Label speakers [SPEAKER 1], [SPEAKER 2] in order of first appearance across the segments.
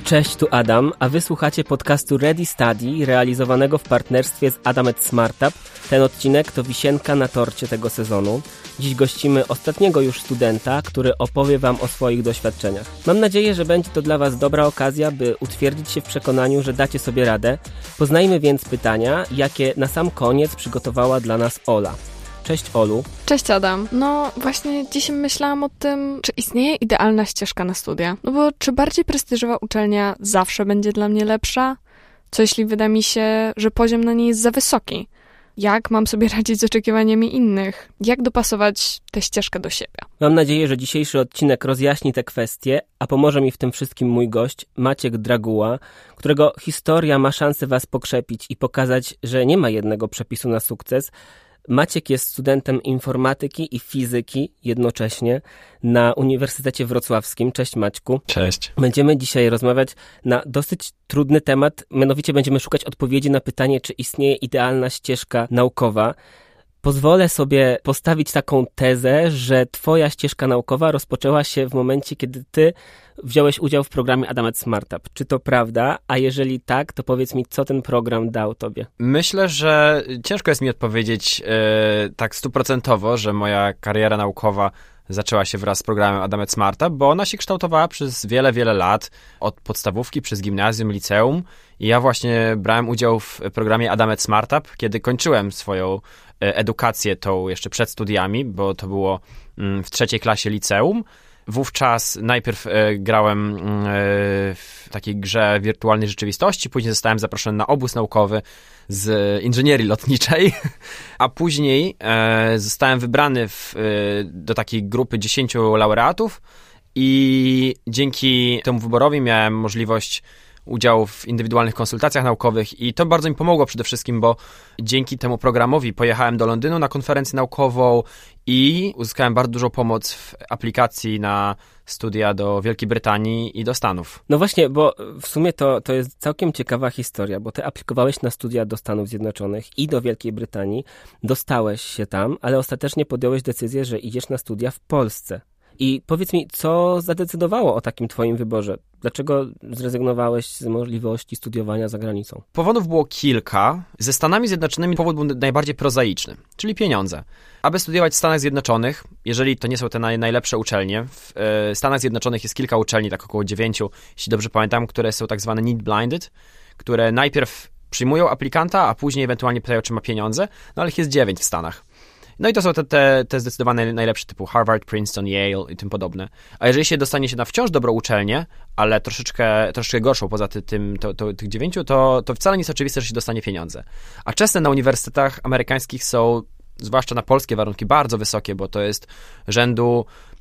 [SPEAKER 1] Cześć, tu Adam, a wy słuchacie podcastu Ready Study, realizowanego w partnerstwie z Adamet Smartup. Ten odcinek to wisienka na torcie tego sezonu. Dziś gościmy ostatniego już studenta, który opowie wam o swoich doświadczeniach. Mam nadzieję, że będzie to dla was dobra okazja, by utwierdzić się w przekonaniu, że dacie sobie radę. Poznajmy więc pytania, jakie na sam koniec przygotowała dla nas Ola. Cześć Olu.
[SPEAKER 2] Cześć Adam. No właśnie dzisiaj myślałam o tym, czy istnieje idealna ścieżka na studia. No bo czy bardziej prestiżowa uczelnia zawsze będzie dla mnie lepsza? Co jeśli wyda mi się, że poziom na niej jest za wysoki? Jak mam sobie radzić z oczekiwaniami innych? Jak dopasować tę ścieżkę do siebie?
[SPEAKER 1] Mam nadzieję, że dzisiejszy odcinek rozjaśni te kwestie, a pomoże mi w tym wszystkim mój gość, Maciek Draguła, którego historia ma szansę was pokrzepić i pokazać, że nie ma jednego przepisu na sukces. Maciek jest studentem informatyki i fizyki jednocześnie na Uniwersytecie Wrocławskim. Cześć Maćku.
[SPEAKER 3] Cześć.
[SPEAKER 1] Będziemy dzisiaj rozmawiać na dosyć trudny temat, mianowicie będziemy szukać odpowiedzi na pytanie, czy istnieje idealna ścieżka naukowa. Pozwolę sobie postawić taką tezę, że twoja ścieżka naukowa rozpoczęła się w momencie, kiedy ty wziąłeś udział w programie Adamet Smartup. Czy to prawda? A jeżeli tak, to powiedz mi, co ten program dał tobie?
[SPEAKER 3] Myślę, że ciężko jest mi odpowiedzieć tak 100%, że moja kariera naukowa zaczęła się wraz z programem Adamet Smartup, bo ona się kształtowała przez wiele, wiele lat, od podstawówki, przez gimnazjum, liceum. I ja właśnie brałem udział w programie Adamet Smartup, kiedy kończyłem swoją edukację tą jeszcze przed studiami, bo to było w 3. klasie liceum. Wówczas najpierw grałem w takiej grze wirtualnej rzeczywistości, później zostałem zaproszony na obóz naukowy z inżynierii lotniczej, a później zostałem wybrany do takiej grupy 10 laureatów i dzięki temu wyborowi miałem możliwość udziału w indywidualnych konsultacjach naukowych i to bardzo mi pomogło przede wszystkim, bo dzięki temu programowi pojechałem do Londynu na konferencję naukową i uzyskałem bardzo dużą pomoc w aplikacji na studia do Wielkiej Brytanii i do Stanów.
[SPEAKER 1] No właśnie, bo w sumie to jest całkiem ciekawa historia, bo ty aplikowałeś na studia do Stanów Zjednoczonych i do Wielkiej Brytanii, dostałeś się tam, ale ostatecznie podjąłeś decyzję, że idziesz na studia w Polsce. I powiedz mi, co zadecydowało o takim twoim wyborze? Dlaczego zrezygnowałeś z możliwości studiowania za granicą?
[SPEAKER 3] Powodów było kilka. Ze Stanami Zjednoczonymi powód był najbardziej prozaiczny, czyli pieniądze. Aby studiować w Stanach Zjednoczonych, jeżeli to nie są te najlepsze uczelnie, w Stanach Zjednoczonych jest kilka uczelni, tak około 9, jeśli dobrze pamiętam, które są tak zwane need blinded, które najpierw przyjmują aplikanta, a później ewentualnie pytają, czy ma pieniądze, no ale ich jest 9 w Stanach. No i to są te zdecydowane najlepsze typu Harvard, Princeton, Yale i tym podobne. A jeżeli się dostanie się na wciąż dobrą uczelnię, ale troszeczkę gorszą poza tych 9, to wcale nie jest oczywiste, że się dostanie pieniądze. A czesne na uniwersytetach amerykańskich są, zwłaszcza na polskie warunki, bardzo wysokie, bo to jest rzędu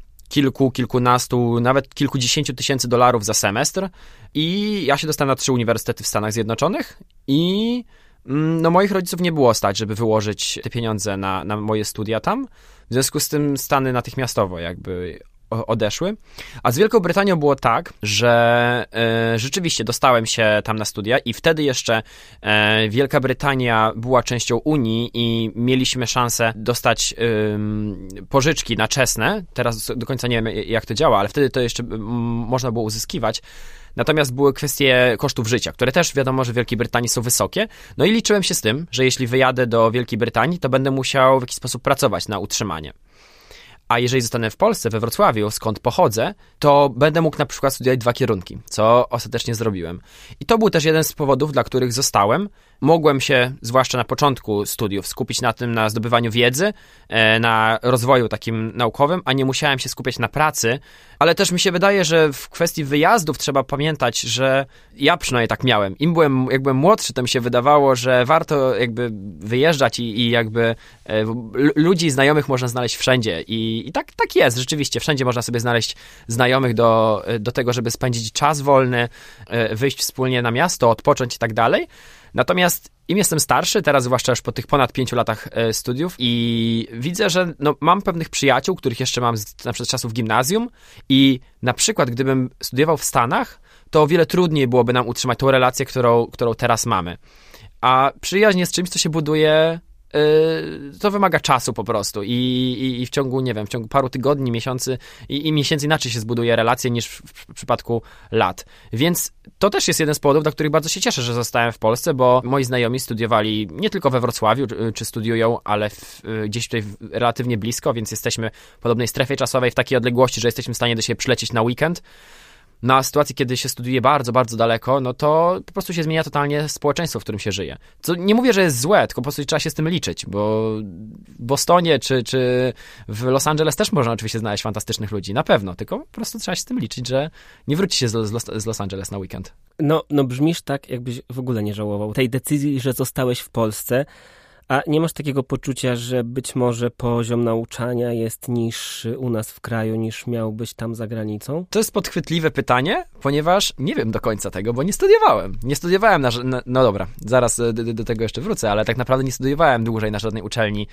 [SPEAKER 3] kilkunastu, nawet kilkudziesięciu tysięcy dolarów za semestr. I ja się dostałem na 3 uniwersytety w Stanach Zjednoczonych i no moich rodziców nie było stać, żeby wyłożyć te pieniądze na moje studia tam. W związku z tym Stany natychmiastowo jakby odeszły. A z Wielką Brytanią było tak, że rzeczywiście dostałem się tam na studia i wtedy jeszcze Wielka Brytania była częścią Unii i mieliśmy szansę dostać pożyczki na czesne. Teraz do końca nie wiem, jak to działa, ale wtedy to jeszcze można było uzyskiwać. Natomiast były kwestie kosztów życia, które też wiadomo, że w Wielkiej Brytanii są wysokie. No i liczyłem się z tym, że jeśli wyjadę do Wielkiej Brytanii, to będę musiał w jakiś sposób pracować na utrzymanie. A jeżeli zostanę w Polsce, we Wrocławiu, skąd pochodzę, to będę mógł na przykład studiować 2 kierunki, co ostatecznie zrobiłem. I to był też jeden z powodów, dla których zostałem. Mogłem się, zwłaszcza na początku studiów, skupić na tym, na zdobywaniu wiedzy, na rozwoju takim naukowym, a nie musiałem się skupiać na pracy. Ale też mi się wydaje, że w kwestii wyjazdów trzeba pamiętać, że ja przynajmniej tak miałem. Jak byłem młodszy, to mi się wydawało, że warto jakby wyjeżdżać i jakby ludzi, znajomych można znaleźć wszędzie. I tak jest, rzeczywiście. Wszędzie można sobie znaleźć znajomych do tego, żeby spędzić czas wolny, wyjść wspólnie na miasto, odpocząć i tak dalej. Natomiast im jestem starszy, teraz zwłaszcza już po tych ponad 5 latach studiów i widzę, że mam pewnych przyjaciół, których jeszcze mam na przykład czasów gimnazjum i na przykład gdybym studiował w Stanach, to o wiele trudniej byłoby nam utrzymać tą relację, którą teraz mamy. A przyjaźń jest czymś, co się buduje to wymaga czasu po prostu i w ciągu, nie wiem, w ciągu paru tygodni, miesięcy i miesięcy inaczej się zbuduje relacje niż w przypadku lat. Więc to też jest jeden z powodów, dla których bardzo się cieszę, że zostałem w Polsce, bo moi znajomi studiowali nie tylko we Wrocławiu, czy studiują, ale gdzieś tutaj relatywnie blisko, więc jesteśmy w podobnej strefie czasowej, w takiej odległości, że jesteśmy w stanie do siebie przylecieć na weekend. Na sytuacji, kiedy się studiuje bardzo, bardzo daleko, no to po prostu się zmienia totalnie społeczeństwo, w którym się żyje. Co nie mówię, że jest złe, tylko po prostu trzeba się z tym liczyć, bo w Bostonie czy w Los Angeles też można oczywiście znaleźć fantastycznych ludzi, na pewno, tylko po prostu trzeba się z tym liczyć, że nie wróci się z Los Angeles na weekend.
[SPEAKER 1] No brzmisz tak, jakbyś w ogóle nie żałował tej decyzji, że zostałeś w Polsce. A nie masz takiego poczucia, że być może poziom nauczania jest niższy u nas w kraju, niż miałbyś tam za granicą?
[SPEAKER 3] To jest podchwytliwe pytanie, ponieważ nie wiem do końca tego, bo nie studiowałem. Nie studiowałem no dobra, zaraz do tego jeszcze wrócę, ale tak naprawdę nie studiowałem dłużej na żadnej uczelni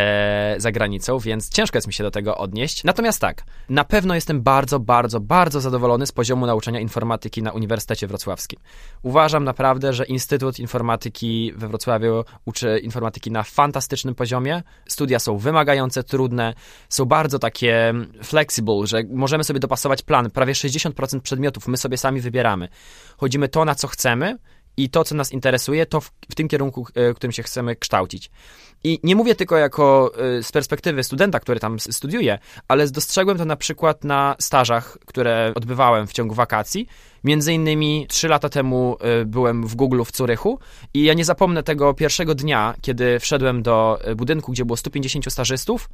[SPEAKER 3] za granicą, więc ciężko jest mi się do tego odnieść. Natomiast tak, na pewno jestem bardzo, bardzo, bardzo zadowolony z poziomu nauczania informatyki na Uniwersytecie Wrocławskim. Uważam naprawdę, że Instytut Informatyki we Wrocławiu uczy informatyki na fantastycznym poziomie. Studia są wymagające, trudne, są bardzo takie flexible, że możemy sobie dopasować plan. Prawie 60% przedmiotów my sobie sami wybieramy. Chodzimy to, na co chcemy i to, co nas interesuje, to w tym kierunku, w którym się chcemy kształcić. I nie mówię tylko jako z perspektywy studenta, który tam studiuje, ale dostrzegłem to na przykład na stażach, które odbywałem w ciągu wakacji. Między innymi 3 lata temu byłem w Google w Zurychu i ja nie zapomnę tego pierwszego dnia, kiedy wszedłem do budynku, gdzie było 150 stażystów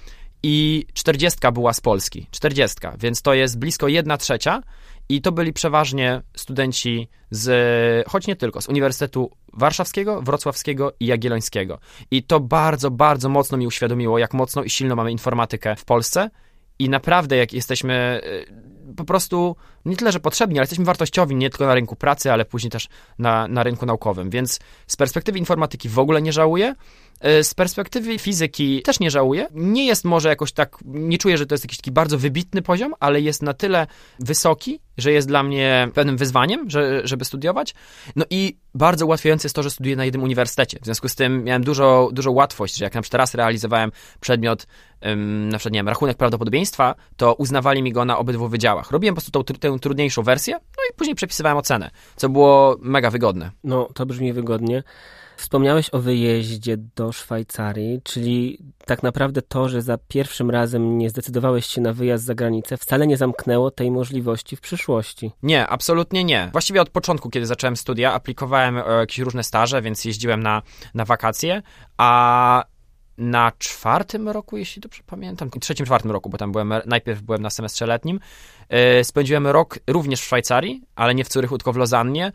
[SPEAKER 3] i 40 była z Polski. 40, więc to jest blisko 1/3 i to byli przeważnie studenci choć nie tylko, z Uniwersytetu Warszawskiego, Wrocławskiego i Jagiellońskiego. I to bardzo, bardzo mocno mi uświadomiło, jak mocno i silno mamy informatykę w Polsce. I naprawdę, jak jesteśmy po prostu nie tyle, że potrzebni, ale jesteśmy wartościowi nie tylko na rynku pracy, ale później też na rynku naukowym. Więc z perspektywy informatyki w ogóle nie żałuję. Z perspektywy fizyki też nie żałuję. Nie jest może jakoś tak, nie czuję, że to jest jakiś taki bardzo wybitny poziom, ale jest na tyle wysoki, że jest dla mnie pewnym wyzwaniem, żeby studiować. No i bardzo ułatwiające jest to, że studiuję na jednym uniwersytecie. W związku z tym miałem dużo łatwość, że jak na przykład raz realizowałem przedmiot, na przykład, nie wiem, rachunek prawdopodobieństwa, to uznawali mi go na obydwu wydziałach. Robiłem po prostu tę trudniejszą wersję, no i później przepisywałem ocenę, co było mega wygodne.
[SPEAKER 1] No, to brzmi wygodnie. Wspomniałeś o wyjeździe do Szwajcarii, czyli tak naprawdę to, że za pierwszym razem nie zdecydowałeś się na wyjazd za granicę, wcale nie zamknęło tej możliwości w przyszłości.
[SPEAKER 3] Nie, absolutnie nie. Właściwie od początku, kiedy zacząłem studia, aplikowałem o jakieś różne staże, więc jeździłem na wakacje, a na 4. roku, jeśli dobrze pamiętam, 3., 4. roku, bo tam najpierw byłem na semestrze letnim, spędziłem rok również w Szwajcarii, ale nie w Zurychu, tylko w Lozannie,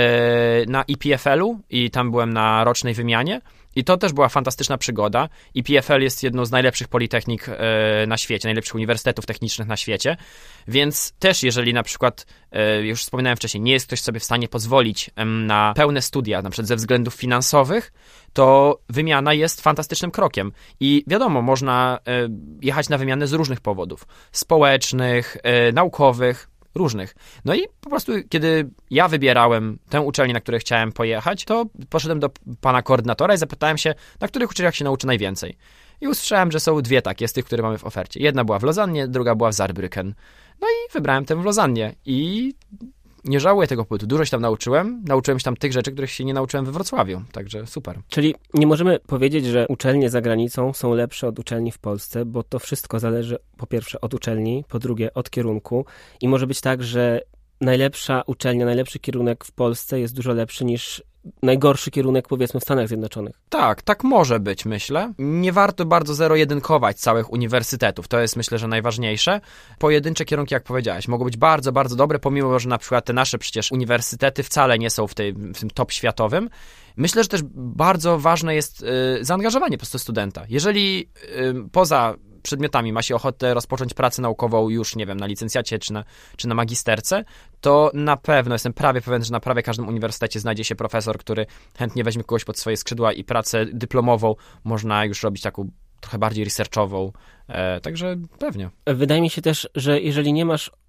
[SPEAKER 3] na EPFL-u i tam byłem na rocznej wymianie. I to też była fantastyczna przygoda. EPFL jest jedną z najlepszych politechnik na świecie, najlepszych uniwersytetów technicznych na świecie, więc też jeżeli na przykład, już wspominałem wcześniej, nie jest ktoś sobie w stanie pozwolić na pełne studia, na przykład ze względów finansowych, to wymiana jest fantastycznym krokiem. I wiadomo, można jechać na wymianę z różnych powodów. Społecznych, naukowych, różnych. No i po prostu, kiedy ja wybierałem tę uczelnię, na której chciałem pojechać, to poszedłem do pana koordynatora i zapytałem się, na których uczelniach się nauczy najwięcej. I usłyszałem, że są 2 takie z tych, które mamy w ofercie. Jedna była w Lozannie, druga była w Saarbrücken. No i wybrałem tę w Lozannie i nie żałuję tego pobytu. Dużo się tam nauczyłem. Nauczyłem się tam tych rzeczy, których się nie nauczyłem we Wrocławiu. Także super.
[SPEAKER 1] Czyli nie możemy powiedzieć, że uczelnie za granicą są lepsze od uczelni w Polsce, bo to wszystko zależy po pierwsze od uczelni, po drugie od kierunku i może być tak, że najlepsza uczelnia, najlepszy kierunek w Polsce jest dużo lepszy niż najgorszy kierunek, powiedzmy, w Stanach Zjednoczonych.
[SPEAKER 3] Tak może być, myślę. Nie warto bardzo zero-jedynkować całych uniwersytetów. To jest, myślę, że najważniejsze. Pojedyncze kierunki, jak powiedziałeś, mogą być bardzo, bardzo dobre, pomimo, że na przykład te nasze przecież uniwersytety wcale nie są w tym top światowym. Myślę, że też bardzo ważne jest zaangażowanie po prostu studenta. Jeżeli poza przedmiotami ma się ochotę rozpocząć pracę naukową już, nie wiem, na licencjacie czy na magisterce, to na pewno, jestem prawie pewien, że na prawie każdym uniwersytecie znajdzie się profesor, który chętnie weźmie kogoś pod swoje skrzydła i pracę dyplomową można już robić taką trochę bardziej researchową, także pewnie.
[SPEAKER 1] Wydaje mi się też, że jeżeli nie masz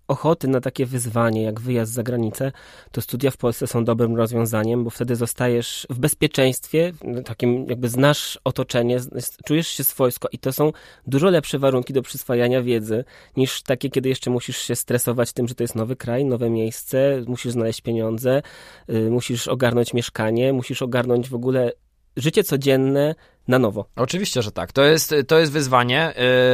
[SPEAKER 1] ochoty na takie wyzwanie, jak wyjazd za granicę, to studia w Polsce są dobrym rozwiązaniem, bo wtedy zostajesz w bezpieczeństwie, takim jakby znasz otoczenie, czujesz się swojsko i to są dużo lepsze warunki do przyswajania wiedzy, niż takie, kiedy jeszcze musisz się stresować tym, że to jest nowy kraj, nowe miejsce, musisz znaleźć pieniądze, musisz ogarnąć mieszkanie, musisz ogarnąć w ogóle życie codzienne na nowo.
[SPEAKER 3] Oczywiście, że tak. To jest wyzwanie.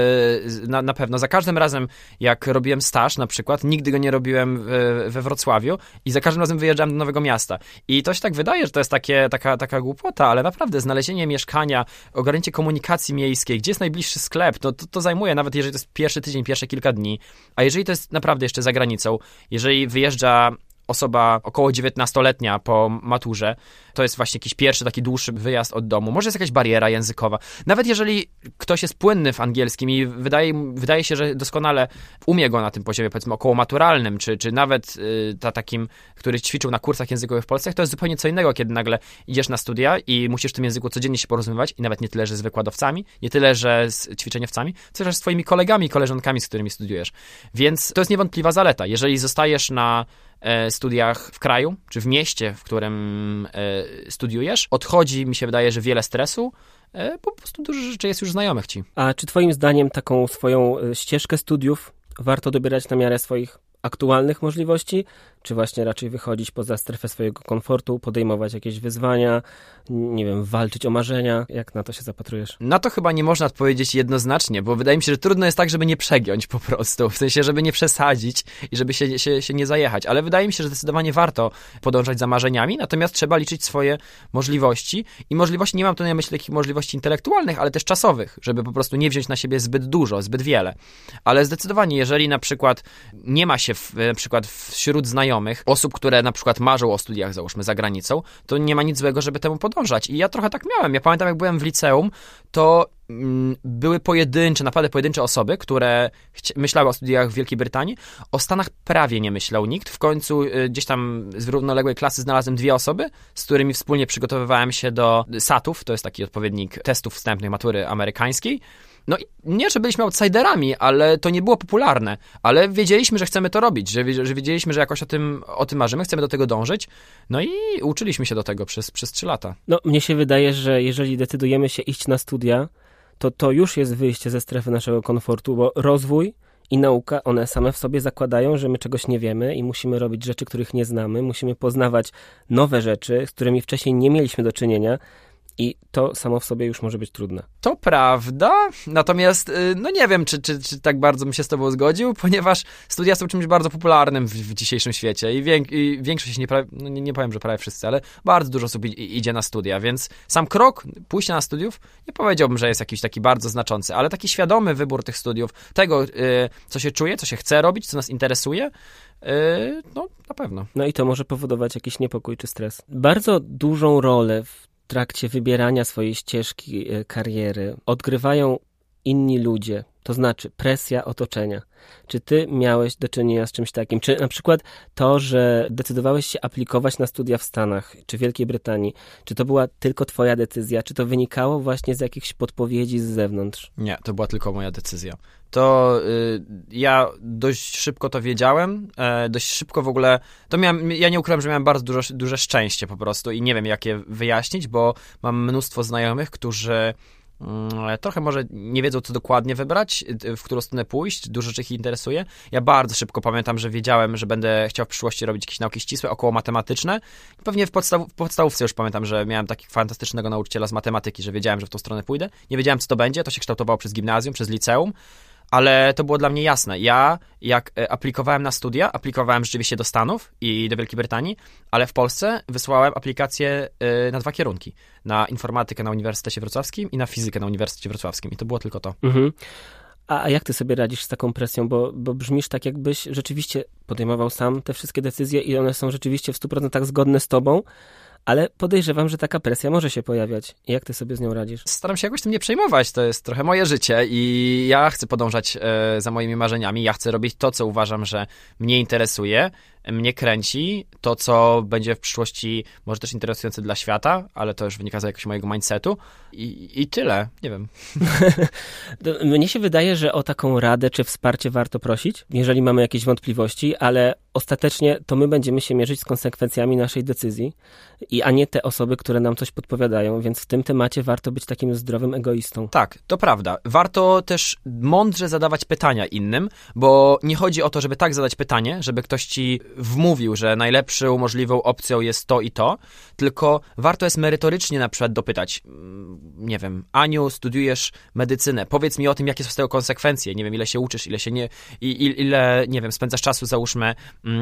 [SPEAKER 3] Na pewno. Za każdym razem, jak robiłem staż na przykład, nigdy go nie robiłem we Wrocławiu i za każdym razem wyjeżdżałem do nowego miasta. I to się tak wydaje, że to jest taka głupota, ale naprawdę znalezienie mieszkania, ogarnięcie komunikacji miejskiej, gdzie jest najbliższy sklep, to zajmuje, nawet jeżeli to jest pierwszy tydzień, pierwsze kilka dni. A jeżeli to jest naprawdę jeszcze za granicą, jeżeli wyjeżdża osoba około 19-letnia po maturze, to jest właśnie jakiś pierwszy taki dłuższy wyjazd od domu. Może jest jakaś bariera językowa. Nawet jeżeli ktoś jest płynny w angielskim i wydaje się, że doskonale umie go na tym poziomie, powiedzmy, około maturalnym, czy nawet takim, który ćwiczył na kursach językowych w Polsce, to jest zupełnie co innego, kiedy nagle idziesz na studia i musisz w tym języku codziennie się porozumiewać i nawet nie tyle, że z wykładowcami, nie tyle, że z ćwiczeniowcami, co też z twoimi kolegami i koleżankami, z którymi studiujesz. Więc to jest niewątpliwa zaleta. Jeżeli zostajesz na studiach w kraju, czy w mieście, w którym studiujesz, odchodzi, mi się wydaje, że wiele stresu, po prostu dużo rzeczy jest już znajomych ci.
[SPEAKER 1] A czy twoim zdaniem taką swoją ścieżkę studiów warto dobierać na miarę swoich aktualnych możliwości, czy właśnie raczej wychodzić poza strefę swojego komfortu, podejmować jakieś wyzwania, nie wiem, walczyć o marzenia? Jak na to się zapatrujesz?
[SPEAKER 3] Na to chyba nie można odpowiedzieć jednoznacznie, bo wydaje mi się, że trudno jest tak, żeby nie przegiąć po prostu, w sensie, żeby nie przesadzić i żeby się nie zajechać, ale wydaje mi się, że zdecydowanie warto podążać za marzeniami, natomiast trzeba liczyć swoje możliwości i możliwości, nie mam tu na myśli takich możliwości intelektualnych, ale też czasowych, żeby po prostu nie wziąć na siebie zbyt dużo, zbyt wiele, ale zdecydowanie, jeżeli na przykład nie ma się na przykład wśród znajomych osób, które na przykład marzą o studiach, załóżmy, za granicą, to nie ma nic złego, żeby temu podążać. I ja trochę tak miałem. Ja pamiętam, jak byłem w liceum, to były naprawdę pojedyncze osoby, które myślały o studiach w Wielkiej Brytanii. O Stanach prawie nie myślał nikt. W końcu gdzieś tam z równoległej klasy znalazłem 2 osoby, z którymi wspólnie przygotowywałem się do SAT-ów, to jest taki odpowiednik testów wstępnych matury amerykańskiej. No i nie, że byliśmy outsiderami, ale to nie było popularne, ale wiedzieliśmy, że chcemy to robić, że wiedzieliśmy, że jakoś o tym marzymy, chcemy do tego dążyć, no i uczyliśmy się do tego przez 3 lata.
[SPEAKER 1] No, mnie się wydaje, że jeżeli decydujemy się iść na studia, to już jest wyjście ze strefy naszego komfortu, bo rozwój i nauka, one same w sobie zakładają, że my czegoś nie wiemy i musimy robić rzeczy, których nie znamy, musimy poznawać nowe rzeczy, z którymi wcześniej nie mieliśmy do czynienia. I to samo w sobie już może być trudne.
[SPEAKER 3] To prawda, natomiast no nie wiem, czy tak bardzo bym się z tobą zgodził, ponieważ studia są czymś bardzo popularnym w dzisiejszym świecie i większość, nie powiem, że prawie wszyscy, ale bardzo dużo osób idzie na studia, więc sam krok pójścia na studiów nie powiedziałbym, że jest jakiś taki bardzo znaczący, ale taki świadomy wybór tych studiów, tego, co się czuje, co się chce robić, co nas interesuje, no na pewno.
[SPEAKER 1] No i to może powodować jakiś niepokój czy stres. Bardzo dużą rolę w trakcie wybierania swojej ścieżki kariery odgrywają inni ludzie, to znaczy presja otoczenia. Czy ty miałeś do czynienia z czymś takim? Czy na przykład to, że decydowałeś się aplikować na studia w Stanach czy Wielkiej Brytanii, czy to była tylko twoja decyzja, czy to wynikało właśnie z jakichś podpowiedzi z zewnątrz?
[SPEAKER 3] Nie, to była tylko moja decyzja. To ja dość szybko to wiedziałem, dość szybko w ogóle, ja nie ukrywam, że miałem bardzo duże szczęście po prostu i nie wiem, jak je wyjaśnić, bo mam mnóstwo znajomych, którzy trochę może nie wiedzą, co dokładnie wybrać, w którą stronę pójść, dużo rzeczy ich interesuje. Ja bardzo szybko pamiętam, że wiedziałem, że będę chciał w przyszłości robić jakieś nauki ścisłe, około matematyczne. Pewnie w podstawówce już pamiętam, że miałem takiego fantastycznego nauczyciela z matematyki, że wiedziałem, że w tą stronę pójdę. Nie wiedziałem, co to będzie, to się kształtowało przez gimnazjum, przez liceum, ale to było dla mnie jasne. Ja, jak aplikowałem na studia, aplikowałem rzeczywiście do Stanów i do Wielkiej Brytanii, ale w Polsce wysłałem aplikację na 2 kierunki. Na informatykę na Uniwersytecie Wrocławskim i na fizykę na Uniwersytecie Wrocławskim. I to było tylko to.
[SPEAKER 1] Mhm. A jak ty sobie radzisz z taką presją? Bo brzmisz tak, jakbyś rzeczywiście podejmował sam te wszystkie decyzje i one są rzeczywiście w 100% zgodne z tobą, ale podejrzewam, że taka presja może się pojawiać. Jak ty sobie z nią radzisz?
[SPEAKER 3] Staram się jakoś tym nie przejmować. To jest trochę moje życie i ja chcę podążać za moimi marzeniami. Ja chcę robić to, co uważam, że mnie interesuje. mnie kręci, to co będzie w przyszłości może też interesujące dla świata, ale to już wynika z jakiegoś mojego mindsetu i tyle, nie wiem.
[SPEAKER 1] Mnie się wydaje, że o taką radę czy wsparcie warto prosić, jeżeli mamy jakieś wątpliwości, ale ostatecznie to my będziemy się mierzyć z konsekwencjami naszej decyzji, a nie te osoby, które nam coś podpowiadają, więc w tym temacie warto być takim zdrowym egoistą.
[SPEAKER 3] Tak, to prawda. Warto też mądrze zadawać pytania innym, bo nie chodzi o to, żeby tak zadać pytanie, żeby ktoś ci wmówił, że najlepszą możliwą opcją jest to i to, tylko warto jest merytorycznie na przykład dopytać, nie wiem, Aniu, studiujesz medycynę, powiedz mi o tym, jakie są z tego konsekwencje, nie wiem, ile się uczysz, ile się nie, ile, nie wiem, spędzasz czasu, załóżmy,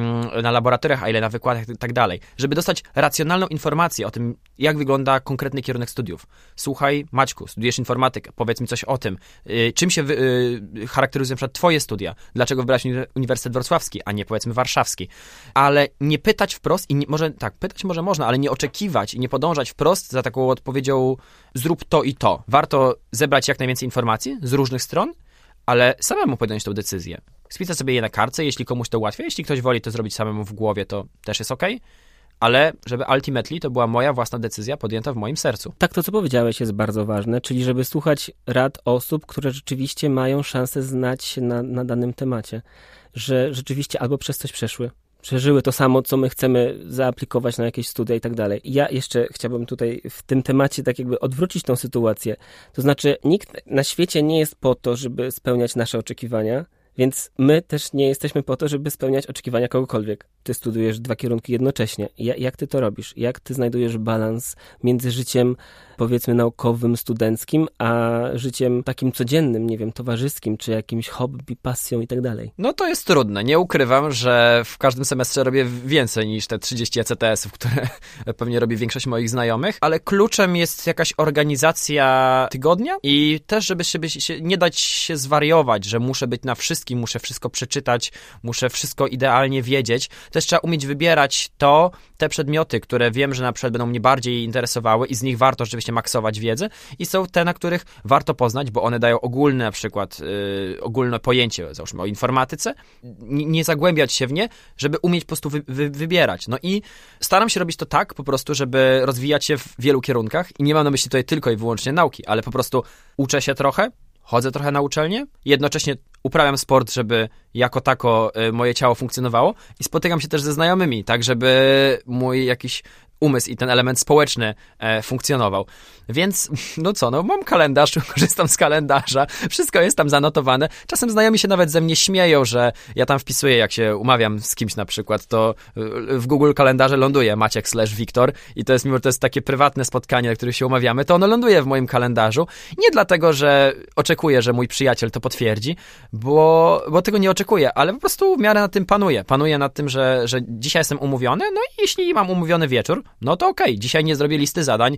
[SPEAKER 3] na laboratoriach, a ile na wykładach i tak dalej, żeby dostać racjonalną informację o tym, jak wygląda konkretny kierunek studiów. Słuchaj, Maćku, studiujesz informatykę, powiedz mi coś o tym, czym się charakteryzują na przykład twoje studia, dlaczego wybrałeś Uniwersytet Wrocławski, a nie powiedzmy warszawski, ale nie pytać wprost i może, tak, pytać może można, ale nie oczekiwać i nie podążać wprost za taką odpowiedzią zrób to i to. Warto zebrać jak najwięcej informacji z różnych stron, ale samemu podjąć tą decyzję. Spisać sobie je na kartce, jeśli komuś to ułatwia, jeśli ktoś woli to zrobić samemu w głowie, to też jest okej. Ale żeby ultimately to była moja własna decyzja podjęta w moim sercu.
[SPEAKER 1] Tak, to co powiedziałeś jest bardzo ważne, czyli żeby słuchać rad osób, które rzeczywiście mają szansę znać się na danym temacie, że rzeczywiście albo przez coś przeżyły to samo, co my chcemy zaaplikować na jakieś studia i tak dalej. Ja jeszcze chciałbym tutaj w tym temacie tak jakby odwrócić tą sytuację. To znaczy nikt na świecie nie jest po to, żeby spełniać nasze oczekiwania, więc my też nie jesteśmy po to, żeby spełniać oczekiwania kogokolwiek. Ty studiujesz 2 kierunki jednocześnie. Jak ty to robisz? Jak ty znajdujesz balans między życiem, powiedzmy, naukowym, studenckim, a życiem takim codziennym, nie wiem, towarzyskim, czy jakimś hobby, pasją i tak dalej?
[SPEAKER 3] No to jest trudne. Nie ukrywam, że w każdym semestrze robię więcej niż te 30 ECTS-ów, które pewnie robi większość moich znajomych, ale kluczem jest jakaś organizacja tygodnia i też, żeby się nie dać się zwariować, że muszę być na wszystkim, muszę wszystko przeczytać, muszę wszystko idealnie wiedzieć. Też trzeba umieć wybierać te przedmioty, które wiem, że na przykład będą mnie bardziej interesowały i z nich warto rzeczywiście maksować wiedzę i są te, na których warto poznać, bo one dają ogólne na przykład, ogólne pojęcie, załóżmy o informatyce, nie zagłębiać się w nie, żeby umieć po prostu wybierać. No i staram się robić to tak po prostu, żeby rozwijać się w wielu kierunkach i nie mam na myśli tutaj tylko i wyłącznie nauki, ale po prostu uczę się trochę, chodzę trochę na uczelnię, jednocześnie uprawiam sport, żeby jako tako moje ciało funkcjonowało i spotykam się też ze znajomymi, tak żeby mój jakiś umysł i ten element społeczny funkcjonował. Więc, mam kalendarz, korzystam z kalendarza, wszystko jest tam zanotowane. Czasem znajomi się nawet ze mnie śmieją, że ja tam wpisuję, jak się umawiam z kimś na przykład, to w Google kalendarze ląduje Maciek/Wiktor i to jest, mimo że to jest takie prywatne spotkanie, na których się umawiamy, to ono ląduje w moim kalendarzu. Nie dlatego, że oczekuję, że mój przyjaciel to potwierdzi, bo tego nie oczekuję, ale po prostu w miarę nad tym panuję. Panuję nad tym, że dzisiaj jestem umówiony, no i jeśli mam umówiony wieczór, no to okej, dzisiaj nie zrobię listy zadań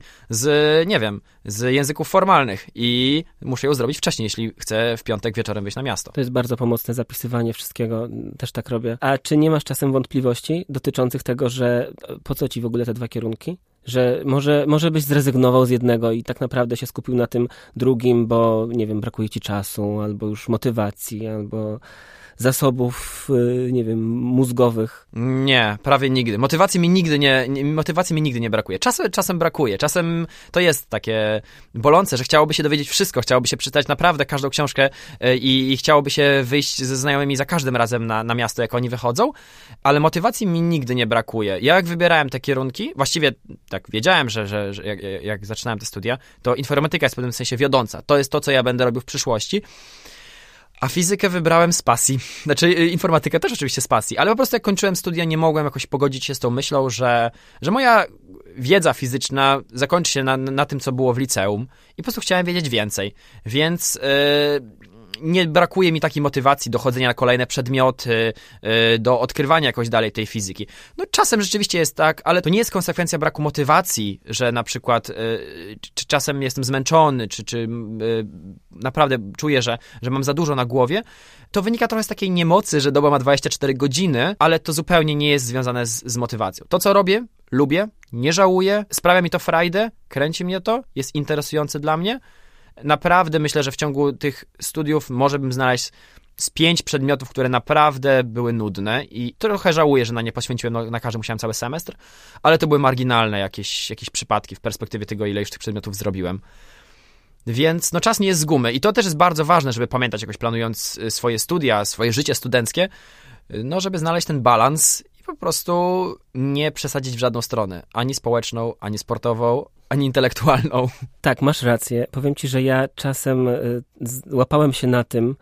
[SPEAKER 3] z języków formalnych i muszę ją zrobić wcześniej, jeśli chcę w piątek wieczorem wyjść na miasto.
[SPEAKER 1] To jest bardzo pomocne zapisywanie wszystkiego, też tak robię. A czy nie masz czasem wątpliwości dotyczących tego, że po co ci w ogóle te 2 kierunki? Że może byś zrezygnował z jednego i tak naprawdę się skupił na tym drugim, bo nie wiem, brakuje ci czasu, albo już motywacji, albo zasobów, nie wiem, mózgowych.
[SPEAKER 3] Nie, prawie nigdy. Motywacji mi nigdy nie brakuje. Czasem brakuje. Czasem to jest takie bolące, że chciałoby się dowiedzieć wszystko, chciałoby się przeczytać naprawdę każdą książkę i chciałoby się wyjść ze znajomymi za każdym razem na miasto, jak oni wychodzą, ale motywacji mi nigdy nie brakuje. Ja jak wybierałem te kierunki, właściwie tak wiedziałem, że jak zaczynałem te studia, to informatyka jest w pewnym sensie wiodąca. To jest to, co ja będę robił w przyszłości. A fizykę wybrałem z pasji. Znaczy informatykę też oczywiście z pasji, ale po prostu jak kończyłem studia, nie mogłem jakoś pogodzić się z tą myślą, że moja wiedza fizyczna zakończy się na tym, co było w liceum i po prostu chciałem wiedzieć więcej. Więc nie brakuje mi takiej motywacji do chodzenia na kolejne przedmioty, do odkrywania jakoś dalej tej fizyki. No czasem rzeczywiście jest tak, ale to nie jest konsekwencja braku motywacji, że na przykład czy czasem jestem zmęczony, czy naprawdę czuję, że mam za dużo na głowie. To wynika trochę z takiej niemocy, że doba ma 24 godziny, ale to zupełnie nie jest związane z motywacją. To, co robię, lubię, nie żałuję, sprawia mi to frajdę, kręci mnie to, jest interesujące dla mnie. Naprawdę myślę, że w ciągu tych studiów może bym z 5 przedmiotów, które naprawdę były nudne i trochę żałuję, że na nie poświęciłem, na każdy musiałem cały semestr, ale to były marginalne jakieś przypadki w perspektywie tego, ile już tych przedmiotów zrobiłem. Więc czas nie jest z gumy i to też jest bardzo ważne, żeby pamiętać jakoś planując swoje studia, swoje życie studenckie, żeby znaleźć ten balans i po prostu nie przesadzić w żadną stronę, ani społeczną, ani sportową, ani intelektualną.
[SPEAKER 1] Tak, masz rację. Powiem ci, że ja czasem łapałem się na tym,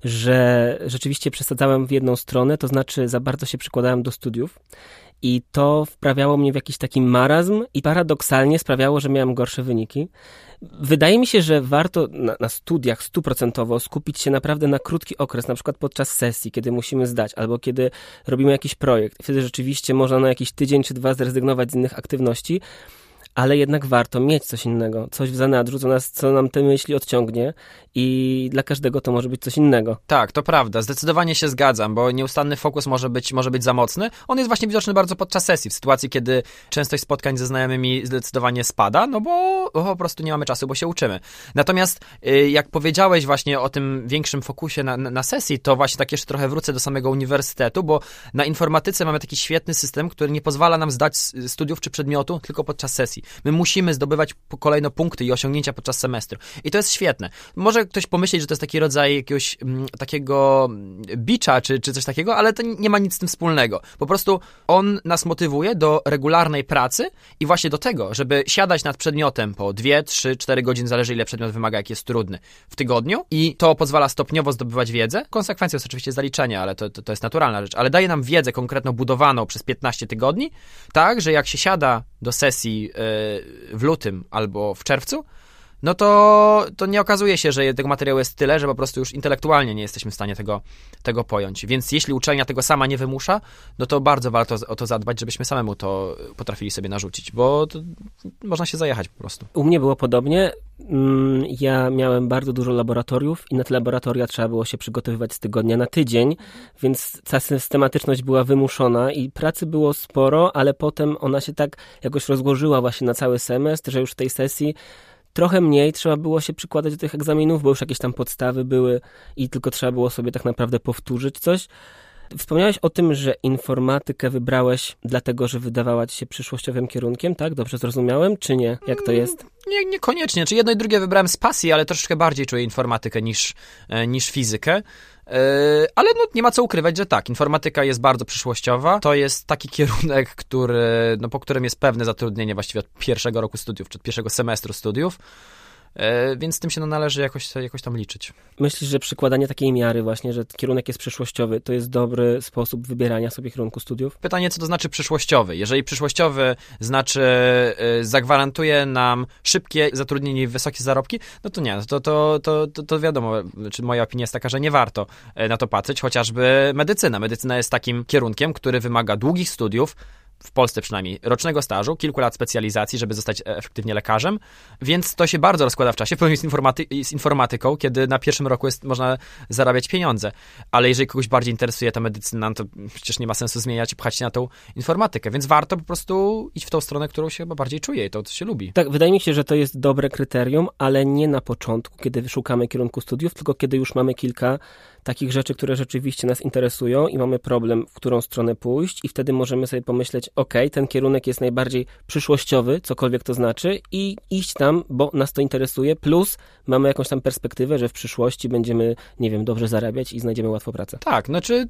[SPEAKER 1] że rzeczywiście przesadzałem w jedną stronę, to znaczy za bardzo się przykładałem do studiów i to wprawiało mnie w jakiś taki marazm i paradoksalnie sprawiało, że miałem gorsze wyniki. Wydaje mi się, że warto na studiach 100% skupić się naprawdę na krótki okres, na przykład podczas sesji, kiedy musimy zdać, albo kiedy robimy jakiś projekt. Wtedy rzeczywiście można na jakiś tydzień czy 2 zrezygnować z innych aktywności, ale jednak warto mieć coś innego, coś w zanadrzu, co nam te myśli odciągnie i dla każdego to może być coś innego.
[SPEAKER 3] Tak, to prawda, zdecydowanie się zgadzam, bo nieustanny fokus może być za mocny. On jest właśnie widoczny bardzo podczas sesji, w sytuacji, kiedy częstość spotkań ze znajomymi zdecydowanie spada, bo po prostu nie mamy czasu, bo się uczymy. Natomiast jak powiedziałeś właśnie o tym większym fokusie na sesji, to właśnie tak jeszcze trochę wrócę do samego uniwersytetu, bo na informatyce mamy taki świetny system, który nie pozwala nam zdać studiów czy przedmiotu tylko podczas sesji. My musimy zdobywać kolejno punkty i osiągnięcia podczas semestru. I to jest świetne. Może ktoś pomyśleć, że to jest taki rodzaj jakiegoś takiego bicza, czy coś takiego, ale to nie ma nic z tym wspólnego. Po prostu on nas motywuje do regularnej pracy i właśnie do tego, żeby siadać nad przedmiotem po 2, 3, 4 godziny, zależy ile przedmiot wymaga, jak jest trudny, w tygodniu i to pozwala stopniowo zdobywać wiedzę. Konsekwencją jest oczywiście zaliczenie, ale to jest naturalna rzecz, ale daje nam wiedzę konkretną, budowaną przez 15 tygodni, tak, że jak się siada do sesji w lutym albo w czerwcu, no to nie okazuje się, że tego materiału jest tyle, że po prostu już intelektualnie nie jesteśmy w stanie tego pojąć. Więc jeśli uczelnia tego sama nie wymusza, no to bardzo warto o to zadbać, żebyśmy samemu to potrafili sobie narzucić, bo to można się zajechać po prostu.
[SPEAKER 1] U mnie było podobnie. Ja miałem bardzo dużo laboratoriów i na te laboratoria trzeba było się przygotowywać z tygodnia na tydzień, więc ta systematyczność była wymuszona i pracy było sporo, ale potem ona się tak jakoś rozłożyła właśnie na cały semestr, że już w tej sesji trochę mniej trzeba było się przykładać do tych egzaminów, bo już jakieś tam podstawy były i tylko trzeba było sobie tak naprawdę powtórzyć coś. Wspomniałeś o tym, że informatykę wybrałeś dlatego, że wydawała ci się przyszłościowym kierunkiem, tak? Dobrze zrozumiałem, czy nie? Jak to jest?
[SPEAKER 3] Niekoniecznie. Czy jedno i drugie wybrałem z pasji, ale troszeczkę bardziej czuję informatykę niż fizykę. Ale nie ma co ukrywać, że tak, informatyka jest bardzo przyszłościowa. To jest taki kierunek, po którym jest pewne zatrudnienie właściwie od pierwszego roku studiów, czy od pierwszego semestru studiów. Więc z tym się należy jakoś tam liczyć.
[SPEAKER 1] Myślisz, że przykładanie takiej miary właśnie, że kierunek jest przyszłościowy, to jest dobry sposób wybierania sobie kierunku studiów?
[SPEAKER 3] Pytanie, co to znaczy przyszłościowy? Jeżeli przyszłościowy znaczy zagwarantuje nam szybkie zatrudnienie i wysokie zarobki, no to nie, to wiadomo, czy moja opinia jest taka, że nie warto na to patrzeć, chociażby medycyna. Medycyna jest takim kierunkiem, który wymaga długich studiów, w Polsce przynajmniej, rocznego stażu, kilku lat specjalizacji, żeby zostać efektywnie lekarzem, więc to się bardzo rozkłada w czasie, w porównaniu z informatyką, kiedy na pierwszym roku można zarabiać pieniądze, ale jeżeli kogoś bardziej interesuje ta medycyna, to przecież nie ma sensu zmieniać i pchać się na tą informatykę, więc warto po prostu iść w tą stronę, którą się chyba bardziej czuje i to się lubi.
[SPEAKER 1] Tak, wydaje mi się, że to jest dobre kryterium, ale nie na początku, kiedy szukamy kierunku studiów, tylko kiedy już mamy kilka takich rzeczy, które rzeczywiście nas interesują i mamy problem, w którą stronę pójść i wtedy możemy sobie pomyśleć, ten kierunek jest najbardziej przyszłościowy, cokolwiek to znaczy i iść tam, bo nas to interesuje, plus mamy jakąś tam perspektywę, że w przyszłości będziemy, dobrze zarabiać i znajdziemy łatwo pracę.
[SPEAKER 3] Tak,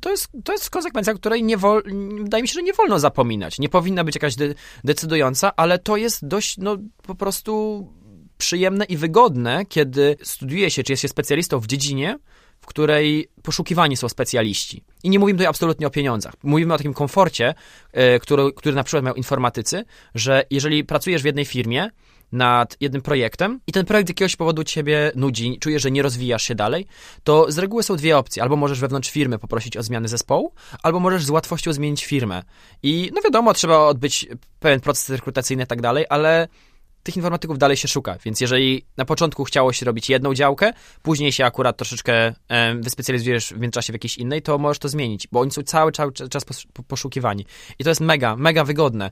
[SPEAKER 3] to jest konsekwencja, której wydaje mi się, że nie wolno zapominać. Nie powinna być jakaś decydująca, ale to jest dość, po prostu przyjemne i wygodne, kiedy studiuje się, czy jest się specjalistą w dziedzinie, w której poszukiwani są specjaliści. I nie mówimy tutaj absolutnie o pieniądzach. Mówimy o takim komforcie, który na przykład mają informatycy, że jeżeli pracujesz w jednej firmie nad jednym projektem i ten projekt z jakiegoś powodu ciebie nudzi, czujesz, że nie rozwijasz się dalej, to z reguły są dwie opcje. Albo możesz wewnątrz firmy poprosić o zmianę zespołu, albo możesz z łatwością zmienić firmę. I wiadomo, trzeba odbyć pewien proces rekrutacyjny i tak dalej, ale tych informatyków dalej się szuka, więc jeżeli na początku chciało się robić jedną działkę, później się akurat troszeczkę wyspecjalizujesz w międzyczasie w jakiejś innej, to możesz to zmienić, bo oni są cały czas poszukiwani. I to jest mega, mega wygodne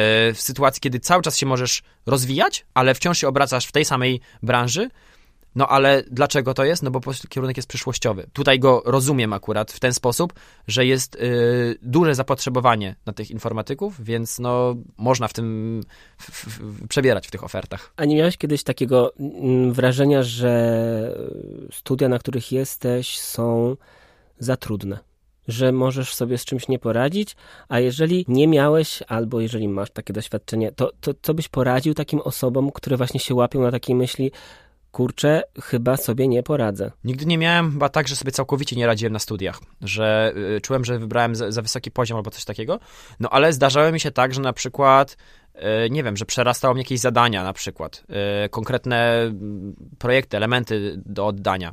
[SPEAKER 3] w sytuacji, kiedy cały czas się możesz rozwijać, ale wciąż się obracasz w tej samej branży, No ale dlaczego to jest? No bo po prostu kierunek jest przyszłościowy. Tutaj go rozumiem akurat w ten sposób, że jest duże zapotrzebowanie na tych informatyków, więc no można w tym przebierać w tych ofertach.
[SPEAKER 1] A nie miałeś kiedyś takiego wrażenia, że studia, na których jesteś, są za trudne? Że możesz sobie z czymś nie poradzić, a jeżeli nie miałeś, albo jeżeli masz takie doświadczenie, to co byś poradził takim osobom, które właśnie się łapią na takiej myśli, kurczę, chyba sobie nie poradzę.
[SPEAKER 3] Nigdy nie miałem chyba tak, że sobie całkowicie nie radziłem na studiach, że czułem, że wybrałem za wysoki poziom albo coś takiego, no ale zdarzało mi się tak, że na przykład nie wiem, że przerastało mnie jakieś zadania na przykład, konkretne projekty, elementy do oddania.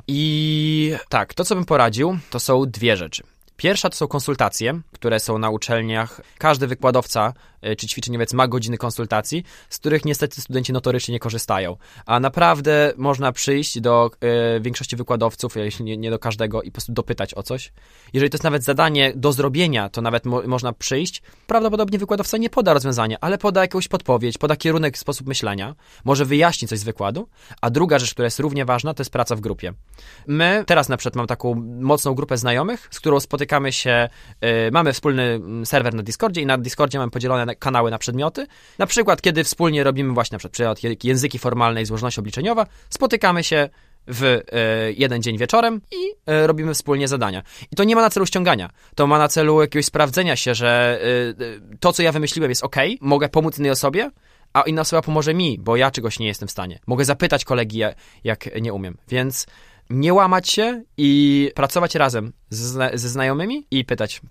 [SPEAKER 3] I tak, to co bym poradził, to są dwie rzeczy. Pierwsza to są konsultacje, które są na uczelniach. Każdy wykładowca czy ćwiczeniowiec ma godziny konsultacji, z których niestety studenci notorycznie nie korzystają. A naprawdę można przyjść do większości wykładowców, jeśli nie do każdego, i po prostu dopytać o coś. Jeżeli to jest nawet zadanie do zrobienia, to nawet można przyjść. Prawdopodobnie wykładowca nie poda rozwiązania, ale poda jakąś podpowiedź, poda kierunek, sposób myślenia, może wyjaśni coś z wykładu. A druga rzecz, która jest równie ważna, to jest praca w grupie. My teraz na przykład mam taką mocną grupę znajomych, z którą spotykamy się, mamy wspólny serwer na Discordzie i na Discordzie mamy podzielone kanały na przedmioty. Na przykład, kiedy wspólnie robimy właśnie na przykład języki formalne i złożność obliczeniowa, spotykamy się w jeden dzień wieczorem i robimy wspólnie zadania. I to nie ma na celu ściągania. To ma na celu jakiegoś sprawdzenia się, że to, co ja wymyśliłem, jest okej, mogę pomóc innej osobie, a inna osoba pomoże mi, bo ja czegoś nie jestem w stanie. Mogę zapytać kolegi, jak nie umiem. Więc nie łamać się i pracować razem ze znajomymi i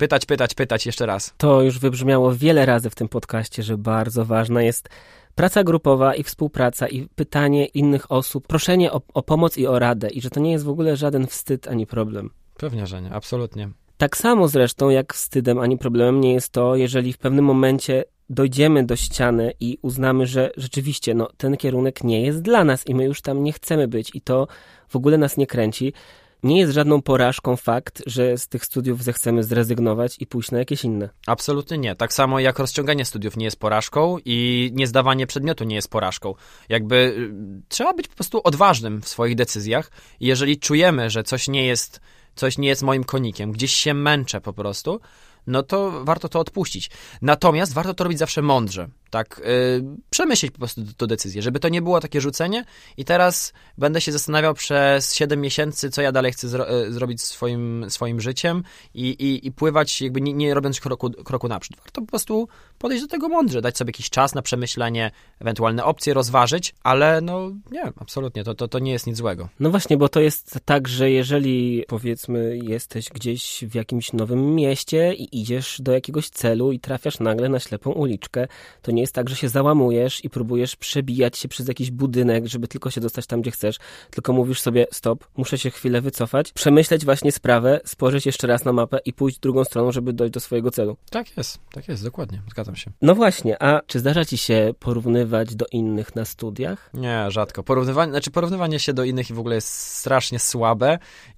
[SPEAKER 3] pytać jeszcze raz.
[SPEAKER 1] To już wybrzmiało wiele razy w tym podcaście, że bardzo ważna jest praca grupowa i współpraca i pytanie innych osób, proszenie o pomoc i o radę i że to nie jest w ogóle żaden wstyd ani problem.
[SPEAKER 3] Pewnie, że nie, absolutnie.
[SPEAKER 1] Tak samo zresztą jak wstydem ani problemem nie jest to, jeżeli w pewnym momencie dojdziemy do ściany i uznamy, że rzeczywiście ten kierunek nie jest dla nas i my już tam nie chcemy być i to w ogóle nas nie kręci. Nie jest żadną porażką fakt, że z tych studiów zechcemy zrezygnować i pójść na jakieś inne.
[SPEAKER 3] Absolutnie nie. Tak samo jak rozciąganie studiów nie jest porażką i niezdawanie przedmiotu nie jest porażką. Jakby trzeba być po prostu odważnym w swoich decyzjach i jeżeli czujemy, że coś nie jest moim konikiem, gdzieś się męczę po prostu, no to warto to odpuścić. Natomiast warto to robić zawsze mądrze, tak? Przemyśleć po prostu tę decyzję, żeby to nie było takie rzucenie i teraz będę się zastanawiał przez 7 miesięcy, co ja dalej chcę zrobić swoim życiem i pływać jakby nie robiąc kroku naprzód. Warto po prostu podejść do tego mądrze, dać sobie jakiś czas na przemyślenie, ewentualne opcje rozważyć, ale nie, absolutnie, to nie jest nic złego.
[SPEAKER 1] No właśnie, bo to jest tak, że jeżeli powiedzmy jesteś gdzieś w jakimś nowym mieście i idziesz do jakiegoś celu i trafiasz nagle na ślepą uliczkę, to nie jest tak, że się załamujesz i próbujesz przebijać się przez jakiś budynek, żeby tylko się dostać tam, gdzie chcesz, tylko mówisz sobie stop, muszę się chwilę wycofać, przemyśleć właśnie sprawę, spojrzeć jeszcze raz na mapę i pójść drugą stroną, żeby dojść do swojego celu.
[SPEAKER 3] Tak jest, dokładnie, zgadzam się.
[SPEAKER 1] No właśnie, a czy zdarza ci się porównywać do innych na studiach?
[SPEAKER 3] Nie, rzadko. Porównywanie się do innych w ogóle jest strasznie słabe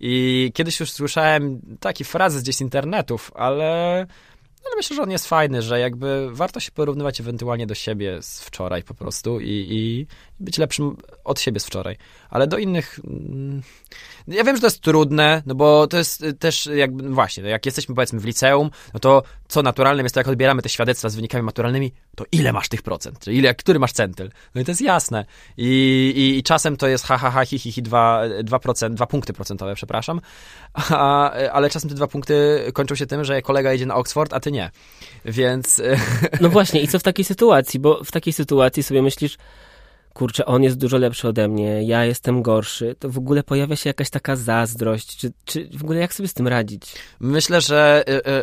[SPEAKER 3] i kiedyś już słyszałem takie frazy gdzieś z internetów, ale myślę, że on jest fajny, że jakby warto się porównywać ewentualnie do siebie z wczoraj po prostu i być lepszym od siebie z wczoraj. Ale do innych... Ja wiem, że to jest trudne, no bo to jest też jakby... Właśnie, jak jesteśmy powiedzmy w liceum, no to co naturalnym jest to, jak odbieramy te świadectwa z wynikami maturalnymi, to ile masz tych procent? Czyli który masz centyl? No i to jest jasne. I czasem to jest hi, 2 punkty procentowe, przepraszam. Ale czasem te 2 punkty kończą się tym, że kolega jedzie na Oxford, a ty nie. Więc...
[SPEAKER 1] No właśnie, i co w takiej sytuacji? Bo w takiej sytuacji sobie myślisz, kurczę, on jest dużo lepszy ode mnie, ja jestem gorszy, to w ogóle pojawia się jakaś taka zazdrość, czy w ogóle jak sobie z tym radzić?
[SPEAKER 3] Myślę, że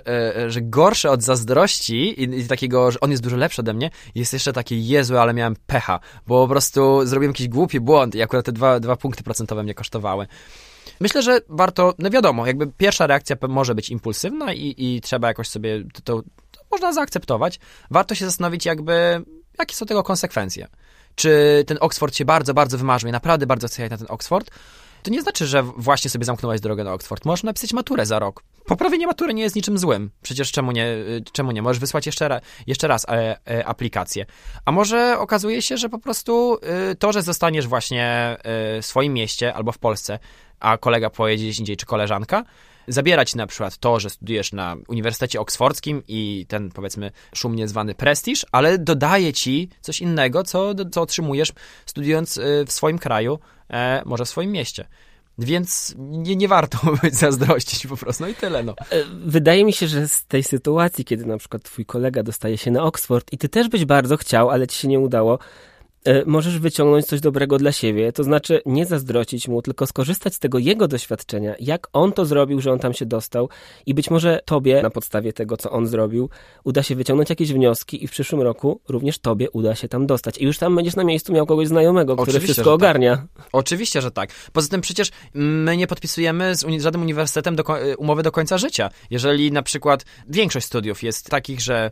[SPEAKER 3] gorsze od zazdrości i takiego, że on jest dużo lepszy ode mnie, jest jeszcze takie, Jezu, ale miałem pecha, bo po prostu zrobiłem jakiś głupi błąd i akurat te 2 punkty procentowe mnie kosztowały. Myślę, że warto, no wiadomo, jakby pierwsza reakcja może być impulsywna i trzeba jakoś sobie to można zaakceptować. Warto się zastanowić jakie są tego konsekwencje. Czy ten Oxford się bardzo, bardzo wymarzył i naprawdę bardzo chcę jechać na ten Oxford, to nie znaczy, że właśnie sobie zamknąłeś drogę na Oxford. Możesz napisać maturę za rok. Poprawienie matury nie jest niczym złym. Przecież czemu nie? Możesz wysłać jeszcze raz aplikację. A może okazuje się, że po prostu to, że zostaniesz właśnie w swoim mieście albo w Polsce, a kolega pojedzie gdzieś indziej, czy koleżanka, zabiera ci na przykład to, że studujesz na Uniwersytecie Oksfordzkim i ten, powiedzmy, szumnie zwany prestiż, ale dodaje ci coś innego, co otrzymujesz studiując w swoim kraju, może w swoim mieście. Więc nie warto zazdrościć po prostu, no i tyle, no.
[SPEAKER 1] Wydaje mi się, że z tej sytuacji, kiedy na przykład twój kolega dostaje się na Oxford i ty też byś bardzo chciał, ale ci się nie udało, możesz wyciągnąć coś dobrego dla siebie, to znaczy nie zazdrościć mu, tylko skorzystać z tego jego doświadczenia, jak on to zrobił, że on tam się dostał i być może tobie, na podstawie tego, co on zrobił, uda się wyciągnąć jakieś wnioski i w przyszłym roku również tobie uda się tam dostać. I już tam będziesz na miejscu miał kogoś znajomego, który
[SPEAKER 3] Oczywiście,
[SPEAKER 1] wszystko ogarnia.
[SPEAKER 3] Tak. Oczywiście, że tak. Poza tym przecież my nie podpisujemy z żadnym uniwersytetem umowy do końca życia. Jeżeli na przykład większość studiów jest takich, że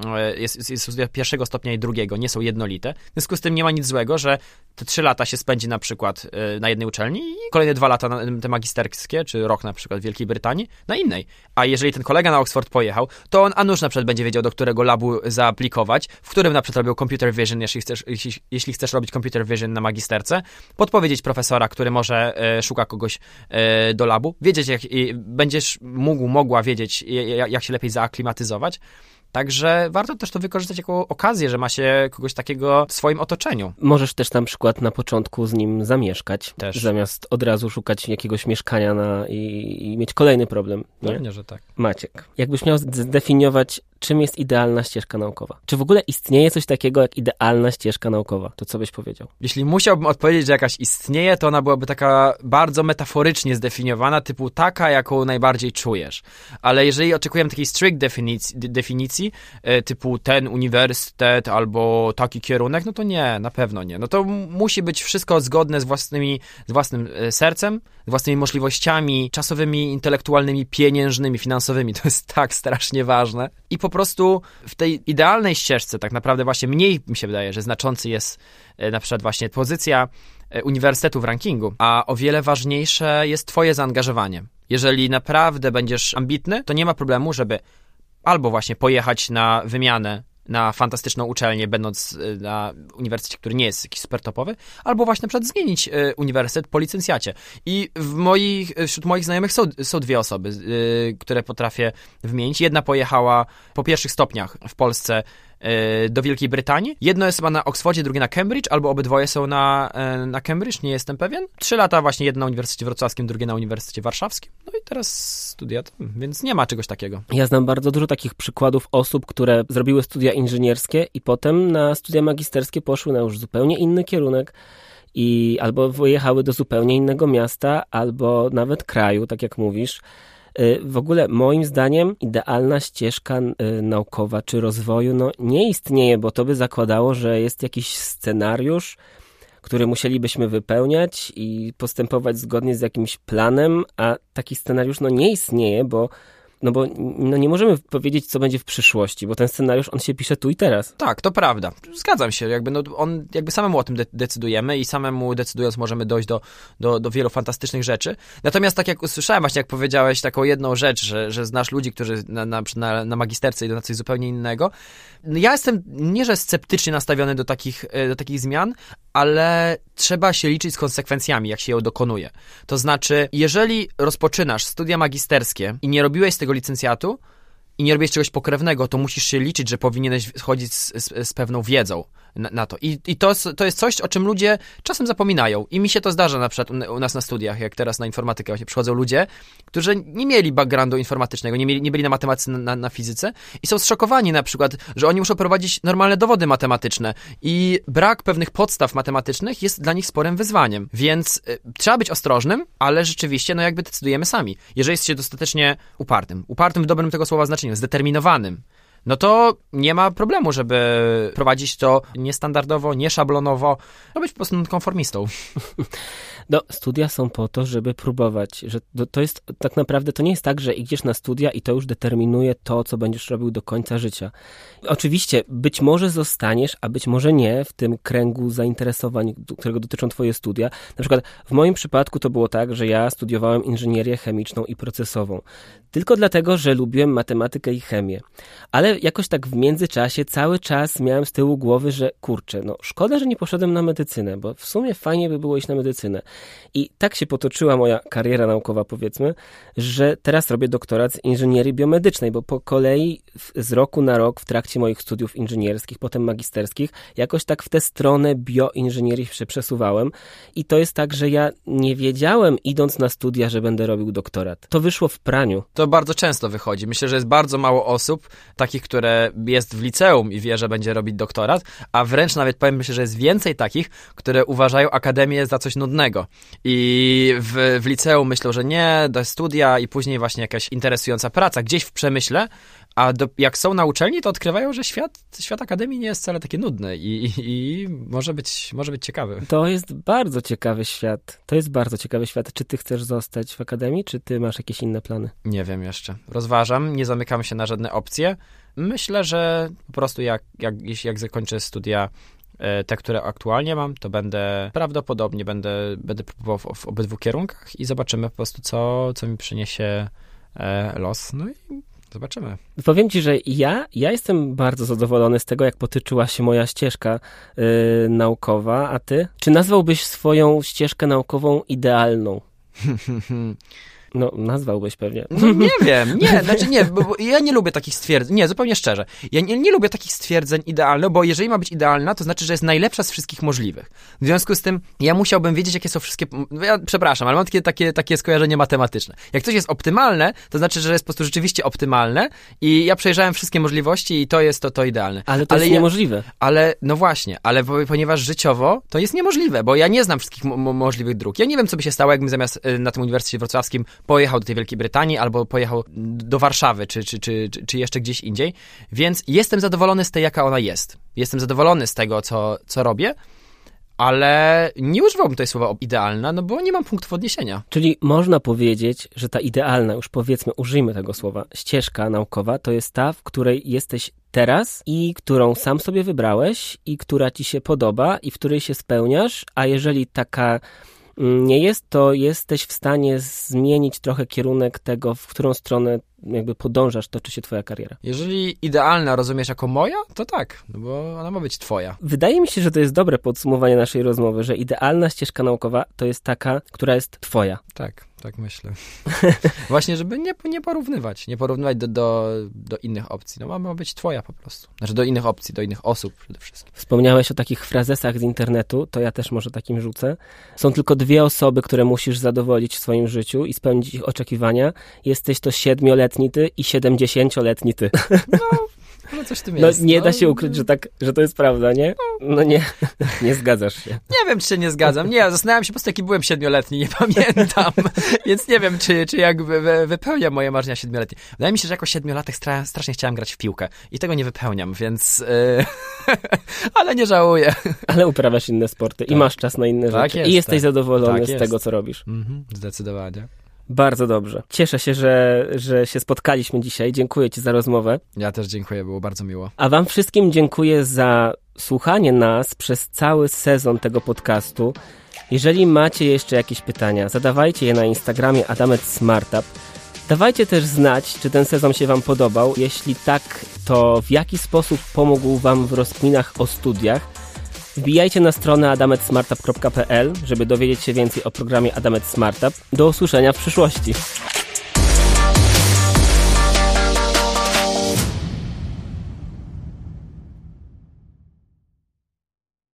[SPEAKER 3] jest studia pierwszego stopnia i drugiego, nie są jednolite. W związku z tym nie ma nic złego, że te 3 lata się spędzi na przykład na jednej uczelni i kolejne 2 lata te magisterskie, czy rok na przykład w Wielkiej Brytanii, na innej. A jeżeli ten kolega na Oxford pojechał, to on nuż na przykład będzie wiedział, do którego labu zaaplikować, w którym na przykład robił computer vision, jeśli chcesz robić computer vision na magisterce, podpowiedzieć profesora, który może szuka kogoś do labu, wiedzieć, będziesz mogła wiedzieć, jak się lepiej zaaklimatyzować. Także warto też to wykorzystać jako okazję, że ma się kogoś takiego w swoim otoczeniu.
[SPEAKER 1] Możesz też na przykład na początku z nim zamieszkać,
[SPEAKER 3] też.
[SPEAKER 1] Zamiast od razu szukać jakiegoś mieszkania i mieć kolejny problem. Nie?
[SPEAKER 3] Pewnie, że tak.
[SPEAKER 1] Maciek, jakbyś miał zdefiniować, czym jest idealna ścieżka naukowa? Czy w ogóle istnieje coś takiego jak idealna ścieżka naukowa? To co byś powiedział?
[SPEAKER 3] Jeśli musiałbym odpowiedzieć, że jakaś istnieje, to ona byłaby taka bardzo metaforycznie zdefiniowana, typu taka, jaką najbardziej czujesz. Ale jeżeli oczekujemy takiej strict definicji, typu ten uniwersytet albo taki kierunek, no to nie, na pewno nie. No to musi być wszystko zgodne z własnym sercem, z własnymi możliwościami czasowymi, intelektualnymi, pieniężnymi, finansowymi. To jest tak strasznie ważne. I po prostu w tej idealnej ścieżce tak naprawdę właśnie mniej mi się wydaje, że znaczący jest na przykład właśnie pozycja uniwersytetu w rankingu, a o wiele ważniejsze jest twoje zaangażowanie. Jeżeli naprawdę będziesz ambitny, to nie ma problemu, żeby albo właśnie pojechać na wymianę na fantastyczną uczelnię, będąc na uniwersytecie, który nie jest jakiś super topowy, albo właśnie na przykład zmienić uniwersytet po licencjacie. I wśród moich znajomych są 2 osoby, które potrafię wymienić. Jedna pojechała po pierwszych stopniach w Polsce do Wielkiej Brytanii. Jedno jest chyba na Oxfordzie, drugie na Cambridge, albo obydwoje są na Cambridge, nie jestem pewien. 3 lata właśnie, jedno na Uniwersytecie Wrocławskim, drugie na Uniwersytecie Warszawskim. No i teraz studia, więc nie ma czegoś takiego.
[SPEAKER 1] Ja znam bardzo dużo takich przykładów osób, które zrobiły studia inżynierskie i potem na studia magisterskie poszły na już zupełnie inny kierunek i albo wyjechały do zupełnie innego miasta, albo nawet kraju, tak jak mówisz. W ogóle moim zdaniem idealna ścieżka naukowa czy rozwoju nie istnieje, bo to by zakładało, że jest jakiś scenariusz, który musielibyśmy wypełniać i postępować zgodnie z jakimś planem, a taki scenariusz nie istnieje, bo nie możemy powiedzieć, co będzie w przyszłości, bo ten scenariusz, on się pisze tu i teraz.
[SPEAKER 3] Tak, to prawda. Zgadzam się. Jakby samemu o tym decydujemy i samemu decydując możemy dojść do wielu fantastycznych rzeczy. Natomiast tak jak usłyszałem, właśnie jak powiedziałeś taką jedną rzecz, że znasz ludzi, którzy na magisterce idą na coś zupełnie innego. Ja jestem nie, że sceptycznie nastawiony do takich zmian, ale trzeba się liczyć z konsekwencjami, jak się ją dokonuje. To znaczy, jeżeli rozpoczynasz studia magisterskie i nie robiłeś z tego licencjatu i nie robisz czegoś pokrewnego, to musisz się liczyć, że powinieneś chodzić z pewną wiedzą na to. I to jest coś, o czym ludzie czasem zapominają. I mi się to zdarza na przykład u nas na studiach, jak teraz na informatykę właśnie przychodzą ludzie, którzy nie mieli backgroundu informatycznego, nie byli na matematyce, na fizyce i są zszokowani na przykład, że oni muszą prowadzić normalne dowody matematyczne i brak pewnych podstaw matematycznych jest dla nich sporym wyzwaniem. Więc trzeba być ostrożnym, ale rzeczywiście jakby decydujemy sami. Jeżeli jest się dostatecznie upartym w dobrym tego słowa znaczeniu, zdeterminowanym, no to nie ma problemu, żeby prowadzić to niestandardowo, nieszablonowo, być po prostu konformistą.
[SPEAKER 1] No, studia są po to, żeby próbować, że to jest tak naprawdę, to nie jest tak, że idziesz na studia i to już determinuje to, co będziesz robił do końca życia. Oczywiście, być może zostaniesz, a być może nie w tym kręgu zainteresowań, którego dotyczą twoje studia. Na przykład w moim przypadku to było tak, że ja studiowałem inżynierię chemiczną i procesową. Tylko dlatego, że lubiłem matematykę i chemię. Ale jakoś tak w międzyczasie cały czas miałem z tyłu głowy, że kurczę, no szkoda, że nie poszedłem na medycynę, bo w sumie fajnie by było iść na medycynę. I tak się potoczyła moja kariera naukowa, powiedzmy, że teraz robię doktorat z inżynierii biomedycznej, bo po kolei z roku na rok w trakcie moich studiów inżynierskich, potem magisterskich, jakoś tak w tę stronę bioinżynierii się przesuwałem. I to jest tak, że ja nie wiedziałem, idąc na studia, że będę robił doktorat. To wyszło w praniu.
[SPEAKER 3] To bardzo często wychodzi. Myślę, że jest bardzo mało osób, takich, które jest w liceum i wie, że będzie robić doktorat, a wręcz nawet powiem, myślę, że jest więcej takich, które uważają akademię za coś nudnego. I w liceum myślą, że nie, do studia i później właśnie jakaś interesująca praca gdzieś w przemyśle, a jak są na uczelni, to odkrywają, że świat akademii nie jest wcale taki nudny i może być ciekawy.
[SPEAKER 1] To jest bardzo ciekawy świat. Czy ty chcesz zostać w akademii, czy ty masz jakieś inne plany?
[SPEAKER 3] Nie wiem jeszcze. Rozważam, nie zamykam się na żadne opcje. Myślę, że po prostu jak zakończę studia te, które aktualnie mam, to prawdopodobnie będę próbował w obydwu kierunkach i zobaczymy po prostu, co mi przyniesie los. No i zobaczymy.
[SPEAKER 1] Powiem ci, że ja jestem bardzo zadowolony z tego, jak potyczyła się moja ścieżka naukowa, a ty? Czy nazwałbyś swoją ścieżkę naukową idealną? No, nazwałbyś pewnie.
[SPEAKER 3] No, nie wiem, bo ja nie lubię takich stwierdzeń, nie, zupełnie szczerze. Ja nie lubię takich stwierdzeń idealnych, bo jeżeli ma być idealna, to znaczy, że jest najlepsza z wszystkich możliwych. W związku z tym, ja musiałbym wiedzieć, jakie są wszystkie, ja przepraszam, ale mam takie skojarzenie matematyczne. Jak coś jest optymalne, to znaczy, że jest po prostu rzeczywiście optymalne i ja przejrzałem wszystkie możliwości i to jest to idealne.
[SPEAKER 1] Ale to jest niemożliwe.
[SPEAKER 3] Ale, no właśnie, ponieważ życiowo to jest niemożliwe, bo ja nie znam wszystkich możliwych dróg. Ja nie wiem, co by się stało, jakbym zamiast na tym Uniwersytecie Wrocławskim pojechał do tej Wielkiej Brytanii albo pojechał do Warszawy, czy jeszcze gdzieś indziej, więc jestem zadowolony z tej, jaka ona jest. Jestem zadowolony z tego, co robię, ale nie używałbym tutaj słowa idealna, no bo nie mam punktów odniesienia.
[SPEAKER 1] Czyli można powiedzieć, że ta idealna, już powiedzmy, użyjmy tego słowa, ścieżka naukowa, to jest ta, w której jesteś teraz i którą sam sobie wybrałeś i która ci się podoba i w której się spełniasz, a jeżeli taka nie jest, to jesteś w stanie zmienić trochę kierunek tego, w którą stronę jakby podążasz, toczy się twoja kariera.
[SPEAKER 3] Jeżeli idealna rozumiesz jako moja, to tak, no bo ona ma być twoja.
[SPEAKER 1] Wydaje mi się, że to jest dobre podsumowanie naszej rozmowy, że idealna ścieżka naukowa to jest taka, która jest twoja.
[SPEAKER 3] Tak myślę. Właśnie, żeby nie porównywać do innych opcji. No ma być twoja po prostu. Znaczy do innych opcji, do innych osób przede wszystkim.
[SPEAKER 1] Wspomniałeś o takich frazesach z internetu, to ja też może takim rzucę. Są tylko dwie osoby, które musisz zadowolić w swoim życiu i spełnić ich oczekiwania. Jesteś to 7-letni ty i 70-letni ty.
[SPEAKER 3] No coś w tym jest.
[SPEAKER 1] No nie da się ukryć, że to jest prawda, nie? No nie zgadzasz się.
[SPEAKER 3] Nie wiem, czy się nie zgadzam. Nie, zastanawiam się po prostu, jaki byłem 7-letni, nie pamiętam. Więc nie wiem, czy jakby wypełniam moje marzenia 7-letnie. Wydaje mi się, że jako 7-latek strasznie chciałem grać w piłkę. I tego nie wypełniam, więc... ale nie żałuję.
[SPEAKER 1] Ale uprawiasz inne sporty i masz czas na inne rzeczy.
[SPEAKER 3] Jest,
[SPEAKER 1] i jesteś zadowolony z tego, co robisz.
[SPEAKER 3] Zdecydowanie.
[SPEAKER 1] Bardzo dobrze. Cieszę się, że się spotkaliśmy dzisiaj. Dziękuję ci za rozmowę.
[SPEAKER 3] Ja też dziękuję, było bardzo miło.
[SPEAKER 1] A wam wszystkim dziękuję za słuchanie nas przez cały sezon tego podcastu. Jeżeli macie jeszcze jakieś pytania, zadawajcie je na Instagramie @SmartUp. Dawajcie też znać, czy ten sezon się wam podobał. Jeśli tak, to w jaki sposób pomógł wam w rozkminach o studiach. Wbijajcie na stronę adametsmartup.pl, żeby dowiedzieć się więcej o programie Adamet Smartup. Do usłyszenia w przyszłości.